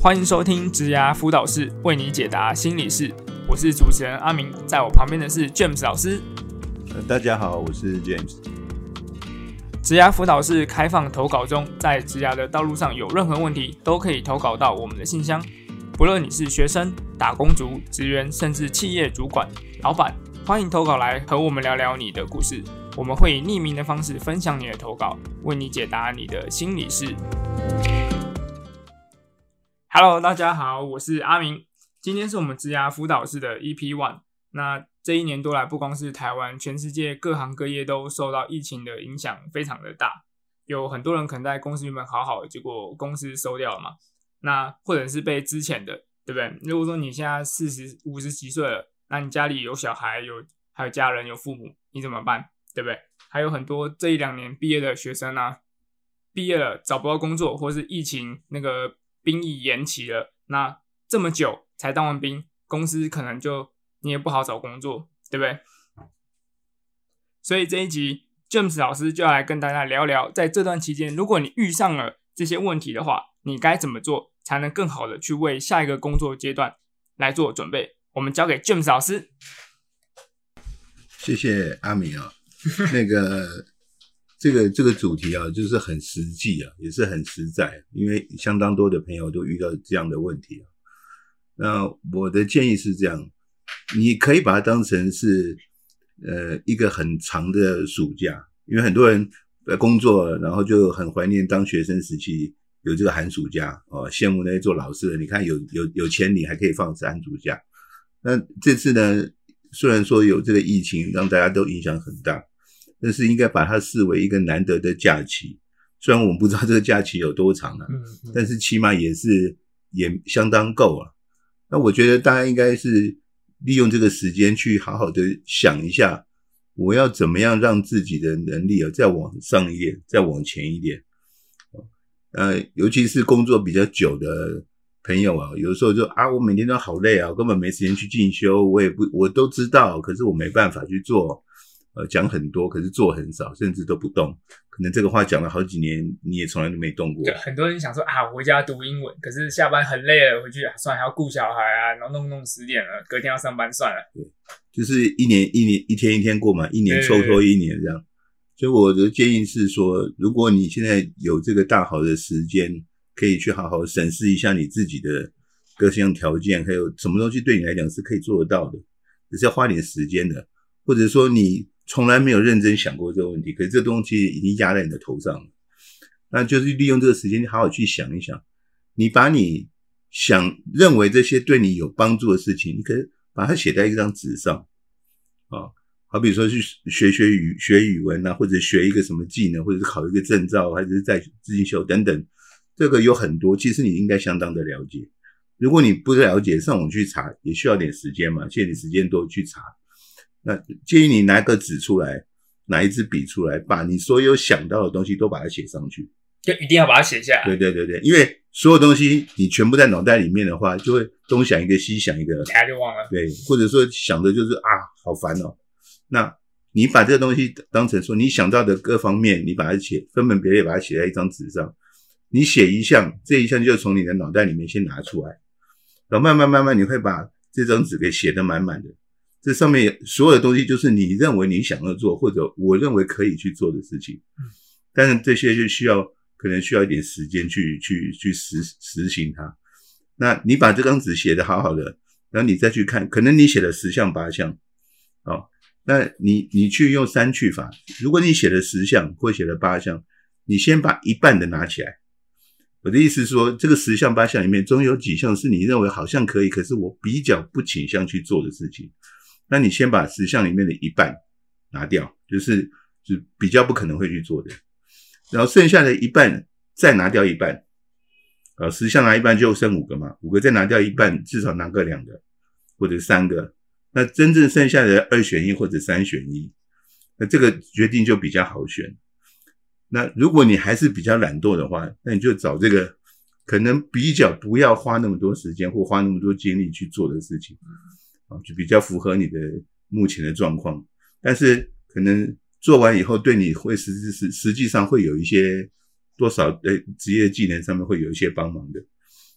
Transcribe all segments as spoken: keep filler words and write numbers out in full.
欢迎收听职涯辅导室，为你解答心理事。我是主持人阿明，在我旁边的是 James 老师。 呃、大家好，我是 James。 职涯辅导室开放投稿中，在职涯的道路上有任何问题，都可以投稿到我们的信箱。不论你是学生、打工族、职员，甚至企业主管、老板，欢迎投稿来和我们聊聊你的故事。我们会以匿名的方式分享你的投稿，为你解答你的心理事。Hello， 大家好，我是阿明。今天是我们职涯辅导室的 E P 一。那这一年多来，不光是台湾，全世界各行各业都受到疫情的影响非常的大。有很多人可能在公司原本好好的，结果公司收掉了嘛。那或者是被资遣的，对不对？如果说你现在四十、五十几岁了，那你家里有小孩，有还有家人，有父母，你怎么办？对不对？还有很多这一两年毕业的学生啊，毕业了找不到工作，或是疫情那个兵役延期了，那这么久才当完兵，公司可能就你也不好找工作，对不对？所以这一集 James 老师就要来跟大家聊聊，在这段期间，如果你遇上了这些问题的话，你该怎么做才能更好的去为下一个工作阶段来做准备？我们交给 James 老师。 谢谢阿明啊，那个这个这个主题啊，就是很实际啊，也是很实在，因为相当多的朋友都遇到这样的问题啊。那我的建议是这样，你可以把它当成是呃一个很长的暑假，因为很多人工作，然后就很怀念当学生时期有这个寒暑假哦，羡慕那些做老师的，你看有有有钱领还可以放寒暑假。那这次呢，虽然说有这个疫情让大家都影响很大，但是应该把它视为一个难得的假期。虽然我们不知道这个假期有多长啊，嗯嗯但是起码也是也相当够了。那我觉得大家应该是利用这个时间去好好的想一下，我要怎么样让自己的能力啊再往上一点，再往前一点。呃，尤其是工作比较久的朋友啊，有的时候就啊，我每天都好累啊，我根本没时间去进修，我也不我都知道，可是我没办法去做。呃，讲很多，可是做很少，甚至都不动。可能这个话讲了好几年，你也从来都没动过。 对，很多人想说啊，我回家读英文，可是下班很累了，回去啊，算了，还要顾小孩啊，然后弄弄十点了，隔天要上班，算了。 对，就是一年一年一天一天过嘛，一年抽脱一年这样。所以我的建议是说，如果你现在有这个大好的时间，可以去好好审视一下你自己的各项条件，还有什么东西对你来讲是可以做得到的，只是要花点时间的，或者说你从来没有认真想过这个问题，可是这东西已经压在你的头上了。那就是利用这个时间好好去想一想，你把你想认为这些对你有帮助的事情，你可以把它写在一张纸上啊，好比说去学学语学语文啊，或者学一个什么技能，或者是考一个证照，或者是在进修等等，这个有很多，其实你应该相当的了解。如果你不了解，上网去查也需要点时间嘛，借你时间多去查。那建议你拿个纸出来，拿一支笔出来，把你所有想到的东西都把它写上去， 就一定要把它写下来。 对对对对，因为所有东西你全部在脑袋里面的话，就会东想一个西想一个， 大家就忘了。 对，或者说想的就是啊，好烦哦。那你把这个东西当成说你想到的各方面，你把它写分门别类，把它写在一张纸上。你写一项，这一项就从你的脑袋里面先拿出来，然后慢慢慢慢你会把这张纸给写得满满的。这上面所有的东西就是你认为你想要做，或者我认为可以去做的事情，但是这些就需要可能需要一点时间去去去实实行它。那你把这张纸写得好好的，然后你再去看，可能你写了十项八项，哦，那你你去用删去法，如果你写了十项或写了八项，你先把一半的拿起来。我的意思是说，这个十项八项里面，总有几项是你认为好像可以，可是我比较不倾向去做的事情。那你先把十项里面的一半拿掉，就是就比较不可能会去做的，然后剩下的一半再拿掉一半，呃，十项拿一半就剩五个嘛，五个再拿掉一半，至少拿个两个或者三个，那真正剩下的二选一或者三选一，那这个决定就比较好选。那如果你还是比较懒惰的话，那你就找这个可能比较不要花那么多时间或花那么多精力去做的事情，就比较符合你的目前的状况，但是可能做完以后对你会实际实实际上会有一些多少呃职业技能上面会有一些帮忙的。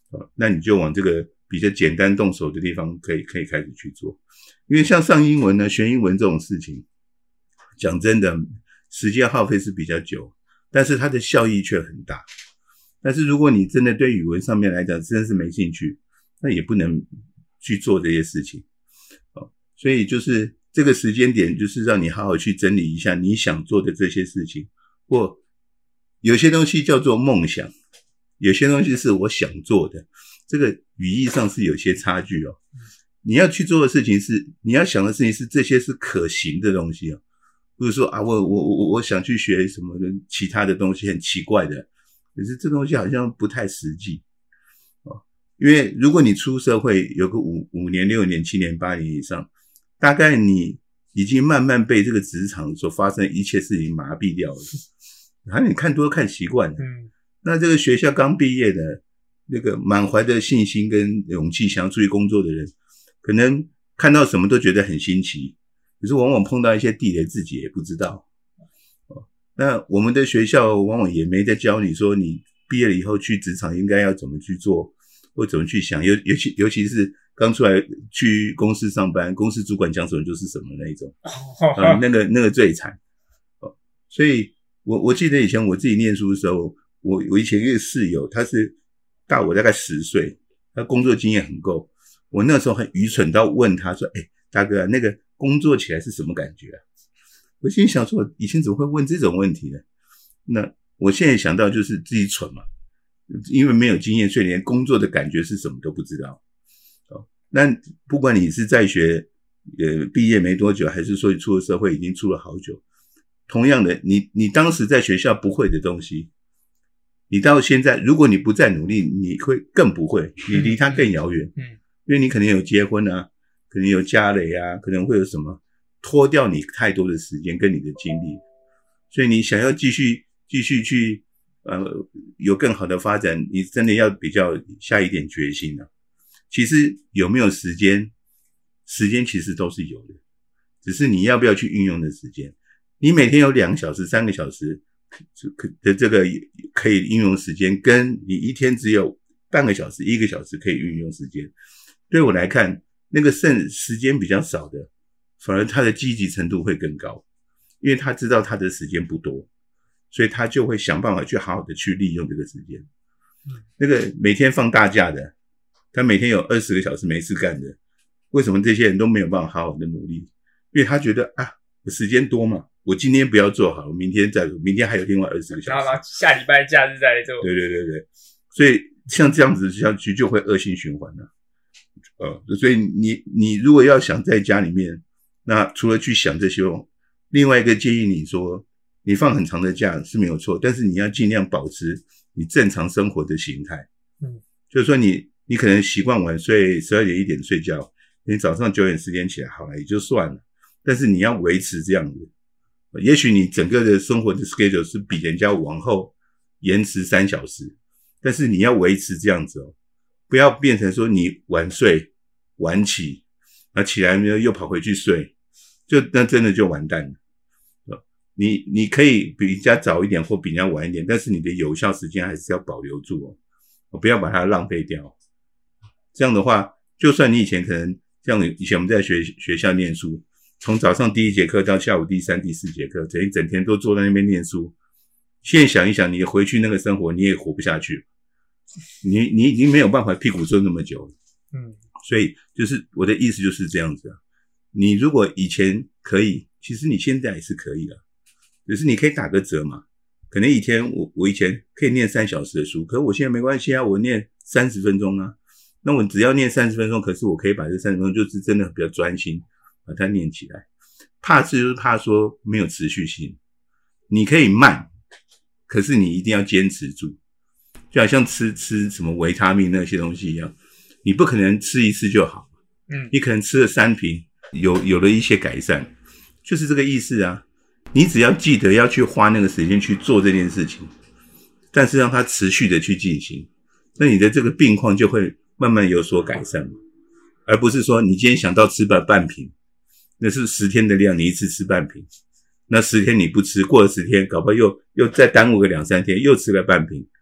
哦，那你就往这个比较简单动手的地方可以可以开始去做。因为像上英文呢、学英文这种事情，讲真的，时间耗费是比较久，但是它的效益却很大。但是如果你真的对语文上面来讲真的是没兴趣，那也不能去做这些事情。哦，所以就是这个时间点，就是让你好好去整理一下你想做的这些事情，或有些东西叫做梦想，有些东西是我想做的，这个语义上是有些差距哦。你要去做的事情是，你要想的事情是这些是可行的东西哦，不是说啊，我我我我想去学什么其他的东西很奇怪的，可是这东西好像不太实际哦。因为如果你出社会有个五五年、六年、七年、八年以上，大概你已经慢慢被这个职场所发生的一切事情麻痹掉了，好像你看多看习惯了。嗯，那这个学校刚毕业的那个满怀的信心跟勇气想要出去工作的人，可能看到什么都觉得很新奇，可是往往碰到一些地雷自己也不知道。那我们的学校往往也没在教你说你毕业了以后去职场应该要怎么去做，或怎么去想，尤尤其尤其是刚出来去公司上班，公司主管讲什么就是什么那一种，呃、那个那个最惨。所以我我记得以前我自己念书的时候，我我以前一个室友，他是大我大概十岁，他工作经验很够。我那时候很愚蠢到问他说：“哎、欸，大哥、啊，那个工作起来是什么感觉啊？”我心里想说，我以前怎么会问这种问题呢？那我现在想到就是自己蠢嘛，因为没有经验，所以连工作的感觉是什么都不知道。哦，那不管你是在学，呃，毕业没多久，还是说你出了社会已经出了好久，同样的，你你当时在学校不会的东西，你到现在，如果你不再努力，你会更不会，你离它更遥远。嗯，因为你可能有结婚啊，可能有家累啊，可能会有什么拖掉你太多的时间跟你的精力，所以你想要继续继续去呃有更好的发展，你真的要比较下一点决心啊。其实有没有时间，时间其实都是有的，只是你要不要去运用的时间。你每天有两个小时、三个小时的这个可以运用时间，跟你一天只有半个小时、一个小时可以运用时间，对我来看，那个剩时间比较少的，反而他的积极程度会更高，因为他知道他的时间不多，所以他就会想办法去好好的去利用这个时间。那个每天放大假的，他每天有二十个小时没事干的，为什么这些人都没有办法好好的努力？因为他觉得啊，我时间多嘛，我今天不要做好，我明天再做，明天还有另外二十个小时， 然后下礼拜假日再做。 对对对对，所以像这样子下去就会恶性循环了。呃，所以你你如果要想在家里面，那除了去想这些，另外一个建议你说，你放很长的假是没有错，但是你要尽量保持你正常生活的形态。嗯，就是说你你可能习惯晚睡，十二点一点睡觉，你早上九点十点起来，好了也就算了，但是你要维持这样子。也许你整个的生活的 schedule 是比人家往后延迟三小时，但是你要维持这样子哦，不要变成说你晚睡晚起，那起来又跑回去睡，就那真的就完蛋了。你你可以比人家早一点或比人家晚一点，但是你的有效时间还是要保留住哦，不要把它浪费掉。这样的话，就算你以前可能像以前我们在学学校念书，从早上第一节课到下午第三、第四节课，整一整天都坐在那边念书。现在想一想，你回去那个生活，你也活不下去，你你已经没有办法屁股坐那么久了。嗯，所以就是我的意思就是这样子啊。你如果以前可以，其实你现在也是可以的，只是你可以打个折嘛。可能以前我我以前可以念三小时的书，可是我现在没关系啊，我念三十分钟啊。那我只要念三十分钟，可是我可以把这三十分钟就是真的比较专心把它念起来。怕是就是怕说没有持续性，你可以慢，可是你一定要坚持住，就好像吃吃什么维他命那些东西一样，你不可能吃一次就好，嗯，你可能吃了三瓶，有有了一些改善，就是这个意思啊。你只要记得要去花那个时间去做这件事情，但是让它持续的去进行，那你的这个病况就会慢慢有所改善，而不是说你今天想到吃半半瓶，那是十天的量，你一次吃半瓶，那十天你不吃，过了十天搞不好又又再耽误个两三天，又吃了半瓶，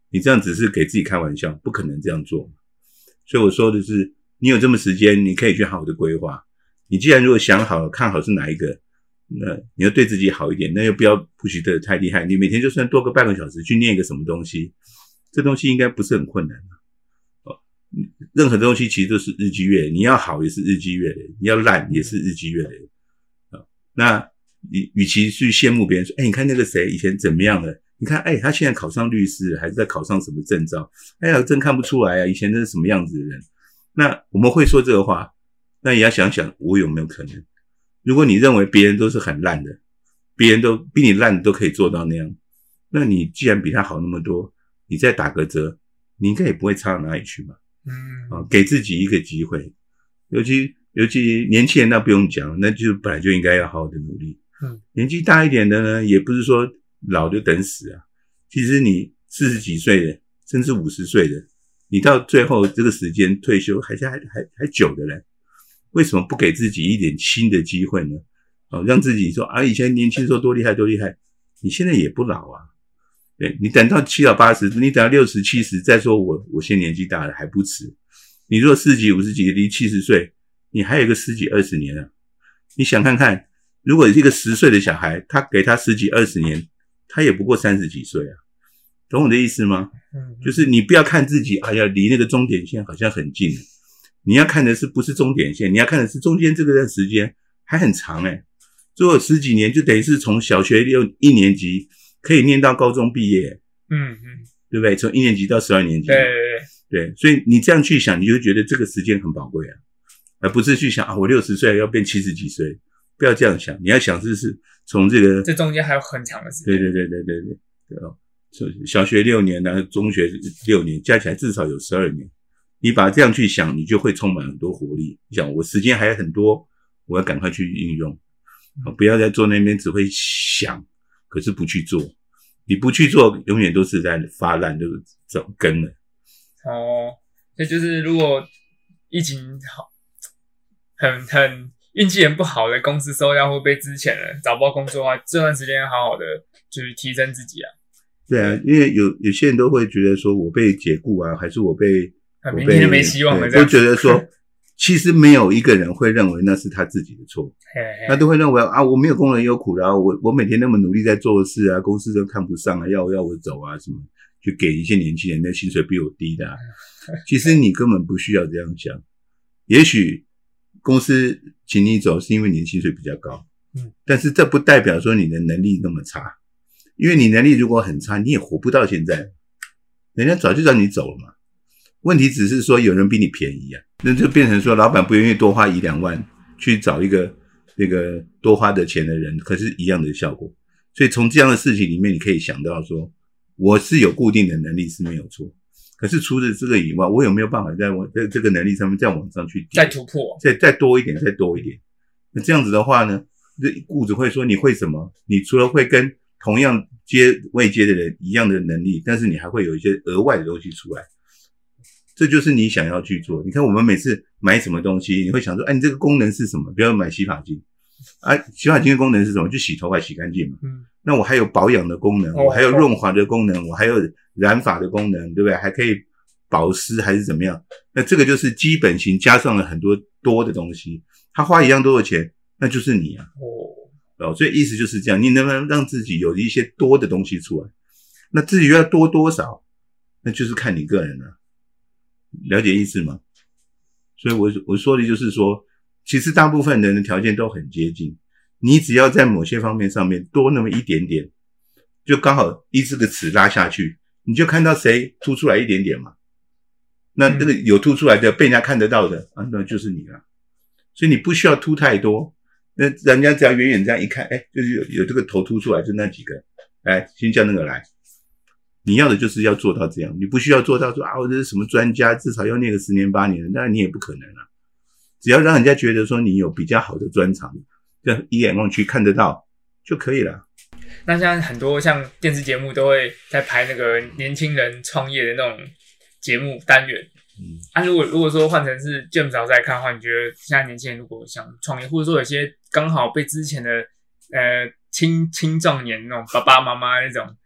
你这样只是给自己开玩笑，不可能这样做。所以我说的是，你有这么时间，你可以去好好的规划。你既然如果想好了，看好是哪一个，那你要对自己好一点，那又不要 push 得太厉害。你每天就算多个半个小时去念一个什么东西，这东西应该不是很困难的。哦，任何东西其实都是日积月累，你要好也是日积月累，你要烂也是日积月累。哦，那你与其去羡慕别人说，哎，你看那个谁以前怎么样了？你看，哎，他现在考上律师，还是在考上什么证照？哎呀，真看不出来啊，以前那是什么样子的人？那我们会说这个话，那也要想想我有没有可能。如果你认为别人都是很烂的，别人都比你烂的都可以做到那样，那你既然比他好那么多，你再打个折，你应该也不会差到哪里去嘛。嗯，啊，给自己一个机会，尤其尤其年轻人那不用讲，那就本来就应该要好好的努力。嗯，年纪大一点的呢，也不是说老就等死啊。其实你四十几岁的，甚至五十岁的，你到最后这个时间退休还还还还久的嘞。为什么不给自己一点新的机会呢？哦，让自己说啊，以前年轻时候多厉害多厉害，你现在也不老啊。对，你等到七老八十，你等到六十七十，再说我我现在年纪大了还不迟。你如果四十几五十几离七十岁，你还有个十几二十年啊。你想看看，如果一个十岁的小孩，他给他十几二十年，他也不过三十几岁啊。懂我的意思吗？就是你不要看自己，哎呀，离那个终点线好像很近。你要看的是不是终点线，你要看的是中间这个段时间还很长诶。如果十几年就等于是从小学六一年级可以念到高中毕业。嗯嗯，对不对？从一年级到十二年级。对对对。对，所以你这样去想，你就觉得这个时间很宝贵啊，而不是去想啊，我六十岁要变七十几岁，不要这样想。你要想的是从这个这中间还有很长的时间。 对对对对对对对哦，小学六年呢，中学六年，加起来至少有十二年。你把这样去想，你就会充满很多活力。你想，我时间还有很多，我要赶快去应用，不要在坐那边只会想，可是不去做。你不去做，永远都是在发烂，就是这种根了。 哦，所以就是如果疫情好，很很运气很不好的公司收掉或被资遣了，找不到工作的话，这段时间要好好的就是提升自己啊。 对啊，因为有有些人都会觉得说，我被解雇啊，还是我被明天就没希望了， 都觉得说，其实没有一个人会认为那是他自己的错，他都会认为啊，我没有工人有苦的啊，我我每天那么努力在做事啊，公司都看不上啊，要要我走啊什么，就给一些年轻人的薪水比我低的啊。其实你根本不需要这样想，也许公司请你走是因为你的薪水比较高，嗯，但是这不代表说你的能力那么差，因为你能力如果很差，你也活不到现在，人家早就让你走了嘛。问题只是说有人比你便宜啊，那就变成说老板不愿意多花一两万去找一个那个多花的钱的人，可是一样的效果。所以从这样的事情里面，你可以想到说，我是有固定的能力是没有错，可是除了这个以外，我有没有办法在我在这个能力上面再往上去再突破， 再再多一点，再多一点？那这样子的话呢，雇主会说你会什么？你除了会跟同样阶位阶的人一样的能力，但是你还会有一些额外的东西出来。这就是你想要去做。你看我们每次买什么东西，你会想说，哎，你这个功能是什么？比如买洗发精，啊，洗发精的功能是什么？就洗头发洗干净嘛。嗯。那我还有保养的功能，我还有润滑的功能，我还有染发的功能，对不对？还可以保湿还是怎么样？那这个就是基本型加上了很多多的东西，他花一样多的钱，那就是你啊。哦。哦，所以意思就是这样，你能不能让自己有一些多的东西出来？那至于要多多少，那就是看你个人了。了解意思吗？所以我我说的就是说，其实大部分人的条件都很接近，你只要在某些方面上面多那么一点点，就刚好依这个尺拉下去，你就看到谁凸出来一点点嘛。那这个有凸出来的被人家看得到的啊，那就是你了。所以你不需要凸太多，那人家只要远远这样一看，哎，就是有有这个头凸出来，就那几个，来，先叫那个来。你要的就是要做到这样，你不需要做到说啊，我这是什么专家，至少要念个十年八年的，当然你也不可能啊。只要让人家觉得说你有比较好的专长，这样一眼望去看得到就可以了。 那现在很多像电视节目都会在拍那个年轻人创业的那种节目单元，嗯，啊，如果如果说换成是 James 老师来看的话，你觉得现在年轻人如果想创业，或者说有些刚好被之前的呃青青壮年那种爸爸妈妈那种。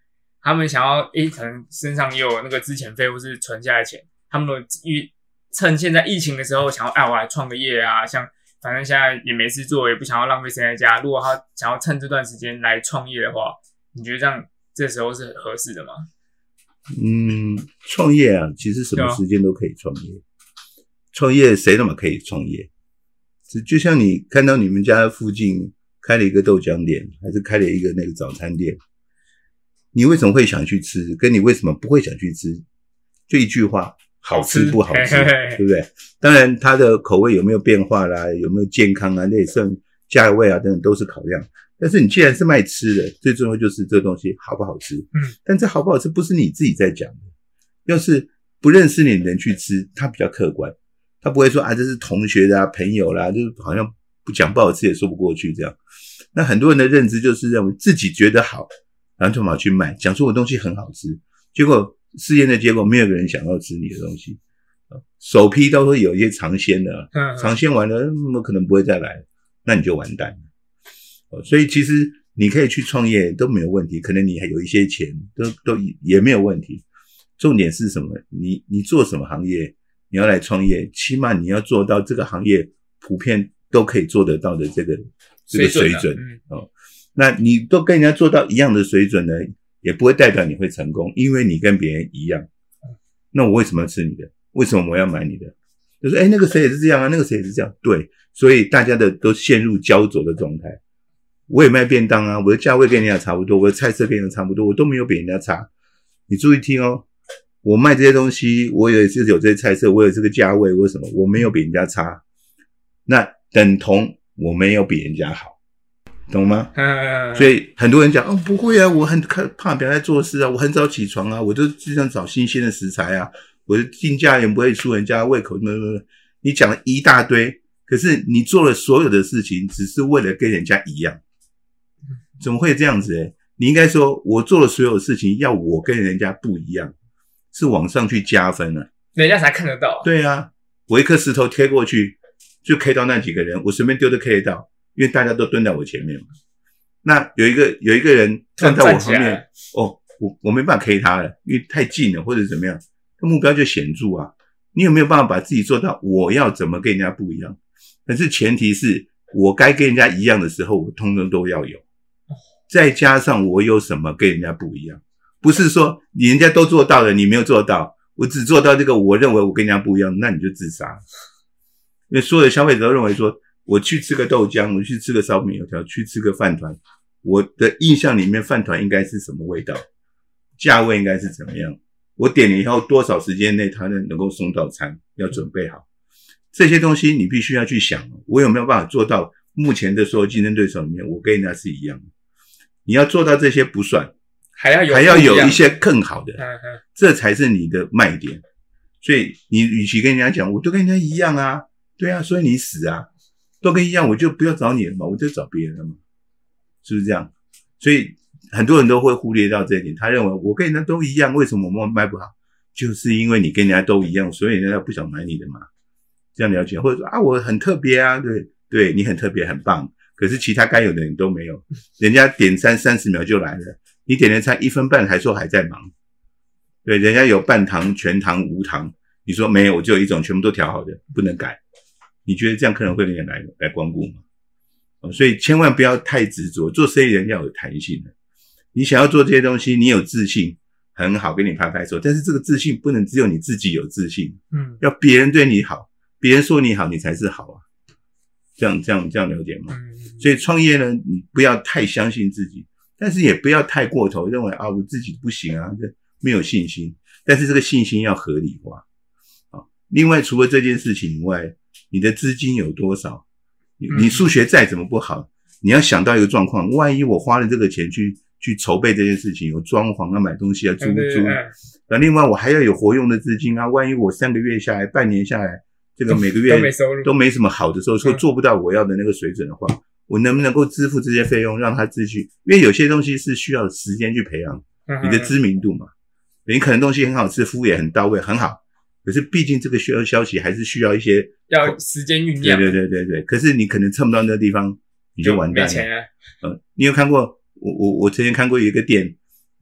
他们想要诶可能身上也有那个资遣费或是存下来的钱，他们都趁现在疫情的时候想要哎我来创个业啊，像反正现在也没事做，也不想要浪费时间在家，如果他想要趁这段时间来创业的话，你觉得这样这时候是合适的吗？ 嗯，创业啊，其实什么时间都可以创业。创业谁那么可以创业？就像你看到你们家附近开了一个豆浆店，还是开了一个那个早餐店，你为什么会想去吃？跟你为什么不会想去吃？就一句话，好吃不好吃，对不对？当然，它的口味有没有变化啦，有没有健康啊，那也算价位啊等等都是考量。但是你既然是卖吃的，最重要就是这个东西好不好吃。嗯，但这好不好吃不是你自己在讲的，要是不认识你的人去吃，它比较客观。他不会说啊，这是同学的啊，朋友啦，就是好像不讲不好吃也说不过去这样。那很多人的认知就是认为自己觉得好，然后就跑去买，讲说我东西很好吃，结果试验的结果没有个人想要吃你的东西。首批都会有一些尝鲜的，尝鲜完了，那可能不会再来，那你就完蛋了。所以其实你可以去创业都没有问题，可能你还有一些钱，都都也没有问题。重点是什么？你你做什么行业？你要来创业，起码你要做到这个行业普遍都可以做得到的这个这个水准，水准、嗯哦、那你都跟人家做到一样的水准呢，也不会代表你会成功，因为你跟别人一样。那我为什么要吃你的？为什么我要买你的？就说哎，那个谁也是这样啊，那个谁也是这样。对，所以大家的都陷入焦灼的状态。我也卖便当啊，我的价位跟人家差不多，我的菜色跟人家差不多，我都没有比人家差。你注意听哦。我卖这些东西，我也是有这些菜色，我有这个价位，为什么我没有比人家差？那等同我没有比人家好，懂吗？嗯。所以很多人讲哦，不会啊，我很怕别人在做事啊，我很早起床啊，我就经常找新鲜的食材啊，我的定价也不会输人家胃口。你讲了一大堆，可是你做了所有的事情，只是为了跟人家一样，怎么会这样子欸？你应该说，我做了所有事情，要我跟人家不一样。是往上去加分啊， 人家才看得到。 对啊，我一颗石头贴过去，就 K 到那几个人，我随便丢都 K 得到，因为大家都蹲在我前面嘛。那有一个有一个人站在我旁边，哦，我我没办法 K 他了，因为太近了或者怎么样，目标就显著啊。你有没有办法把自己做到我要怎么跟人家不一样？但是前提是我该跟人家一样的时候，我通通都要有，再加上我有什么跟人家不一样。不是说你人家都做到了，你没有做到，我只做到这个我认为我跟人家不一样，那你就自杀。因为所有的消费者都认为说，我去吃个豆浆，我去吃个烧饼油条，去吃个饭团，我的印象里面饭团应该是什么味道，价位应该是怎么样，我点了以后多少时间内它能够送到餐，要准备好。这些东西你必须要去想，我有没有办法做到目前的所有竞争对手里面，我跟人家是一样的。你要做到这些不算，还要有还要有一些更好的，嗯嗯，这才是你的卖点。所以你与其跟人家讲我都跟人家一样啊，对啊，所以你死啊，都跟一样，我就不要找你了嘛，我就找别人了嘛，是不是这样？所以很多人都会忽略到这一点，他认为我跟人家都一样，为什么我卖不好？就是因为你跟人家都一样，所以人家不想买你的嘛。这样了解，或者说啊，我很特别啊，对对，你很特别，很棒，可是其他该有的人都没有，人家点餐三十秒就来了，你点的餐一分半还说还在忙，对，人家有半糖、全糖、无糖，你说没有，我就有一种全部都调好的，不能改，你觉得这样客人会来来光顾吗？哦，所以千万不要太执着，做生意人要有弹性的，你想要做这些东西，你有自信，很好，给你拍拍手，但是这个自信不能只有你自己有自信，嗯，要别人对你好。别人说你好，你才是好啊，这样这样这样了解吗？所以创业呢，你不要太相信自己，但是也不要太过头，认为啊我自己不行啊，没有信心。但是这个信心要合理化啊。另外，除了这件事情以外，你的资金有多少？你数学再怎么不好，你要想到一个状况，万一我花了这个钱去去筹备这件事情，有装潢啊、买东西啊、租租，那另外我还要有活用的资金啊，万一我三个月下来、半年下来。这个每个月都没收入，都没什么好的时候，说做不到我要的那个水准的话，嗯，我能不能够支付这些费用，让他继续？因为有些东西是需要时间去培养你的知名度嘛。你可能东西很好吃，服务也很到位，很好，可是毕竟这个需要消息还是需要一些要时间酝酿。 对对对对对。可是你可能蹭不到那个地方，你就完蛋了。没钱了。嗯，你有看过我我我曾经看过一个店，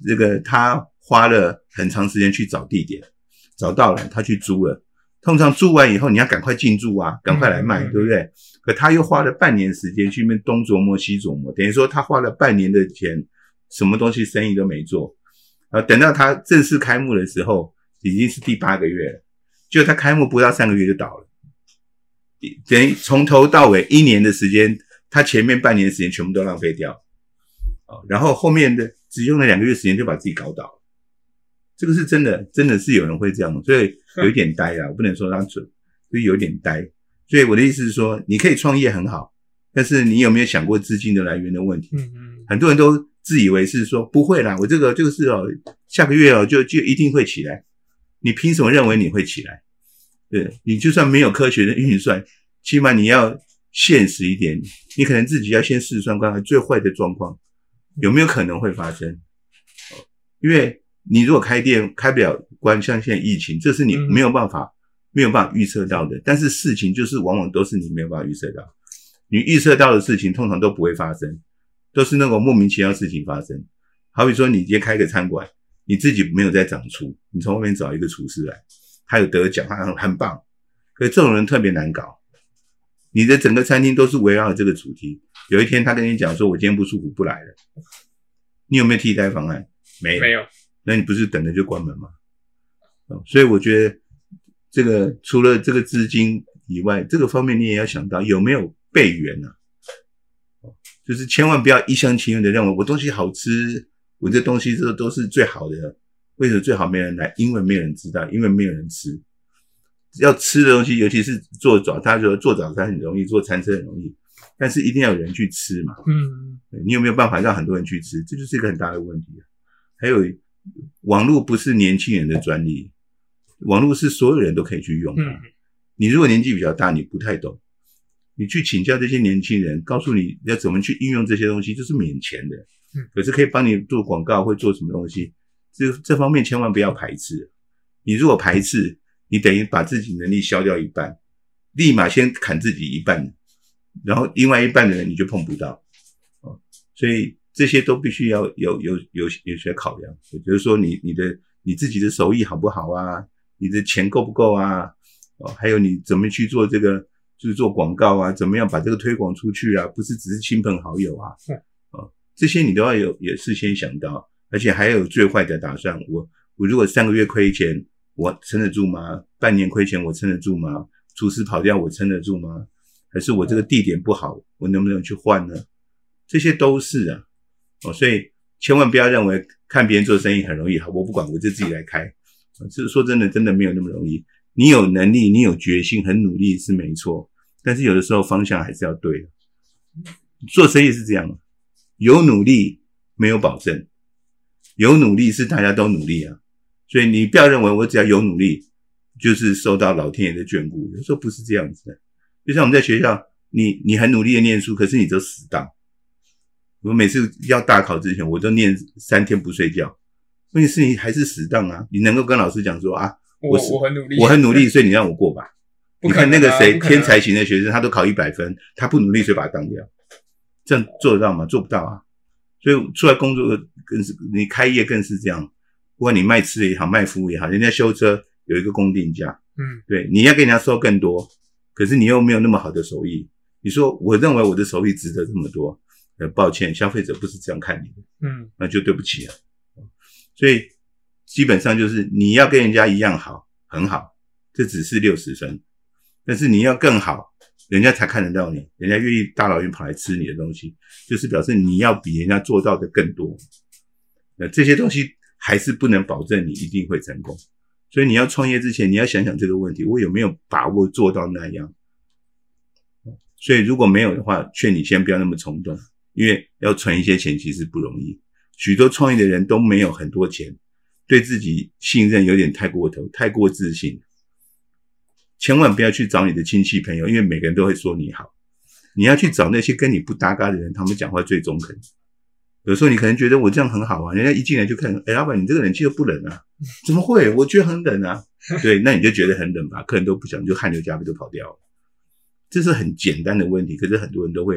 这个他花了很长时间去找地点，找到了，他去租了。通常租完以后，你要赶快进驻啊，赶快来卖，嗯、对不对？可他又花了半年时间去那边东琢磨西琢磨，等于说他花了半年的钱，什么东西生意都没做。啊，等到他正式开幕的时候，已经是第八个月了，就他开幕不到三个月就倒了，等于从头到尾一年的时间，他前面半年的时间全部都浪费掉，啊，然后后面的只用了两个月时间就把自己搞倒了。这个是真的，真的是有人会这样，所以有一点呆啦，我不能说他准，所以有点呆。所以我的意思是说，你可以创业很好，但是你有没有想过资金的来源的问题？嗯嗯，很多人都自以为是说不会啦，我这个这个是哦，下个月哦就就一定会起来。你凭什么认为你会起来？对，你就算没有科学的运算，起码你要现实一点，你可能自己要先试算看看最坏的状况有没有可能会发生。因为你如果开店开不了关，像现在疫情，这是你没有办法、嗯、没有办法预测到的。但是事情就是往往都是你没有办法预测到，你预测到的事情通常都不会发生，都是那种莫名其妙的事情发生。好比说你今天开个餐馆，你自己没有在掌厨，你从外面找一个厨师来，他有得奖，他很棒，可是这种人特别难搞。你的整个餐厅都是围绕着这个主题，有一天他跟你讲说我今天不舒服不来了，你有没有替代方案？没有。没有，那你不是等着就关门吗？所以我觉得这个除了这个资金以外，这个方面你也要想到有没有备援啊，就是千万不要一厢情愿的认为我东西好吃，我这东西这都是最好的，为什么最好没人来？因为没有人知道，因为没有人吃。要吃的东西，尤其是做早，他说做早餐很容易，做餐车很容易，但是一定要有人去吃嘛。嗯，你有没有办法让很多人去吃？这就是一个很大的问题。还有网络不是年轻人的专利，网络是所有人都可以去用的。你如果年纪比较大，你不太懂，你去请教这些年轻人，告诉你要怎么去运用这些东西，就是免钱的。可是可以帮你做广告，会做什么东西，这这方面千万不要排斥。你如果排斥，你等于把自己能力消掉一半，立马先砍自己一半，然后另外一半的人你就碰不到。所以这些都必须要有有有有些考量，比如说你你的你自己的手艺好不好啊，你的钱够不够啊，哦，还有你怎么去做这个，就是做广告啊，怎么样把这个推广出去啊，不是只是亲朋好友啊，哦，这些你都要有也事先想到，而且还有最坏的打算，我我如果三个月亏钱，我撑得住吗？半年亏钱我撑得住吗？厨师跑掉我撑得住吗？还是我这个地点不好，我能不能去换呢？这些都是啊。哦，所以千万不要认为看别人做生意很容易，我不管，我就自己来开。这说真的，真的没有那么容易。你有能力，你有决心，很努力是没错，但是有的时候方向还是要对的。做生意是这样，有努力没有保证，有努力是大家都努力啊。所以你不要认为我只要有努力，就是受到老天爷的眷顾，有时候不是这样子的。就像我们在学校，你你很努力的念书，可是你都死当。我每次要大考之前，我都念三天不睡觉。问题是你还是死当啊！你能够跟老师讲说啊，我我很努力， 我很努力，所以你让我过吧。你看那个谁，天才型的学生，他都考一百分，他不努力，所以把他当掉。这样做得到吗？做不到啊！所以出来工作更是，你开业更是这样。不管你卖吃的也好，卖服务也好，人家修车有一个公定价，嗯，对，你要跟人家收更多，可是你又没有那么好的手艺。你说我认为我的手艺值得这么多。呃，抱歉，消费者不是这样看你的，嗯，那就对不起了。所以基本上就是你要跟人家一样好，很好，这只是六十分，但是你要更好，人家才看得到你，人家愿意大老远跑来吃你的东西，就是表示你要比人家做到的更多。那这些东西还是不能保证你一定会成功，所以你要创业之前，你要想想这个问题，我有没有把握做到那样？所以如果没有的话，劝你先不要那么冲动。因为要存一些钱其实不容易，许多创业的人都没有很多钱，对自己信任有点太过头，太过自信。千万不要去找你的亲戚朋友，因为每个人都会说你好。你要去找那些跟你不搭嘎的人，他们讲话最中肯。有时候你可能觉得我这样很好啊，人家一进来就看，诶老板你这个人气都不冷啊，怎么会？我觉得很冷啊。对，那你就觉得很冷吧，客人都不想，就汗流浃背就跑掉了。这是很简单的问题，可是很多人都会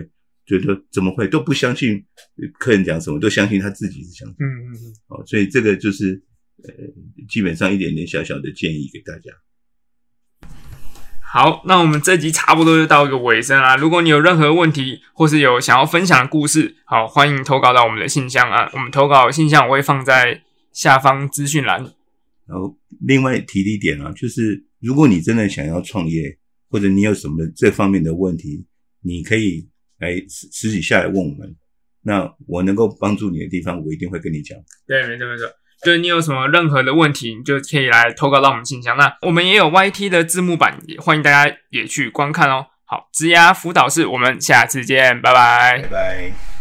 觉得怎么会都不相信客人讲什么，都相信他自己是相信。 嗯嗯嗯。 哦，所以这个就是呃，基本上一点点小小的建议给大家。 好，那我们这集差不多就到一个尾声啦。如果你有任何问题，或是有想要分享的故事，好，欢迎投稿到我们的信箱啊。我们投稿信箱我会放在下方资讯栏。 然后另外提一点啊，就是如果你真的想要创业，或者你有什么这方面的问题，你可以来私底下来问我们。那我能够帮助你的地方，我一定会跟你讲。对， 没错没错。就是你有什么任何的问题，你就可以来投稿到我们信箱。那我们也有 Y T 的字幕版，也欢迎大家也去观看哦。好，职涯辅导室，我们下次见，拜拜， 拜拜。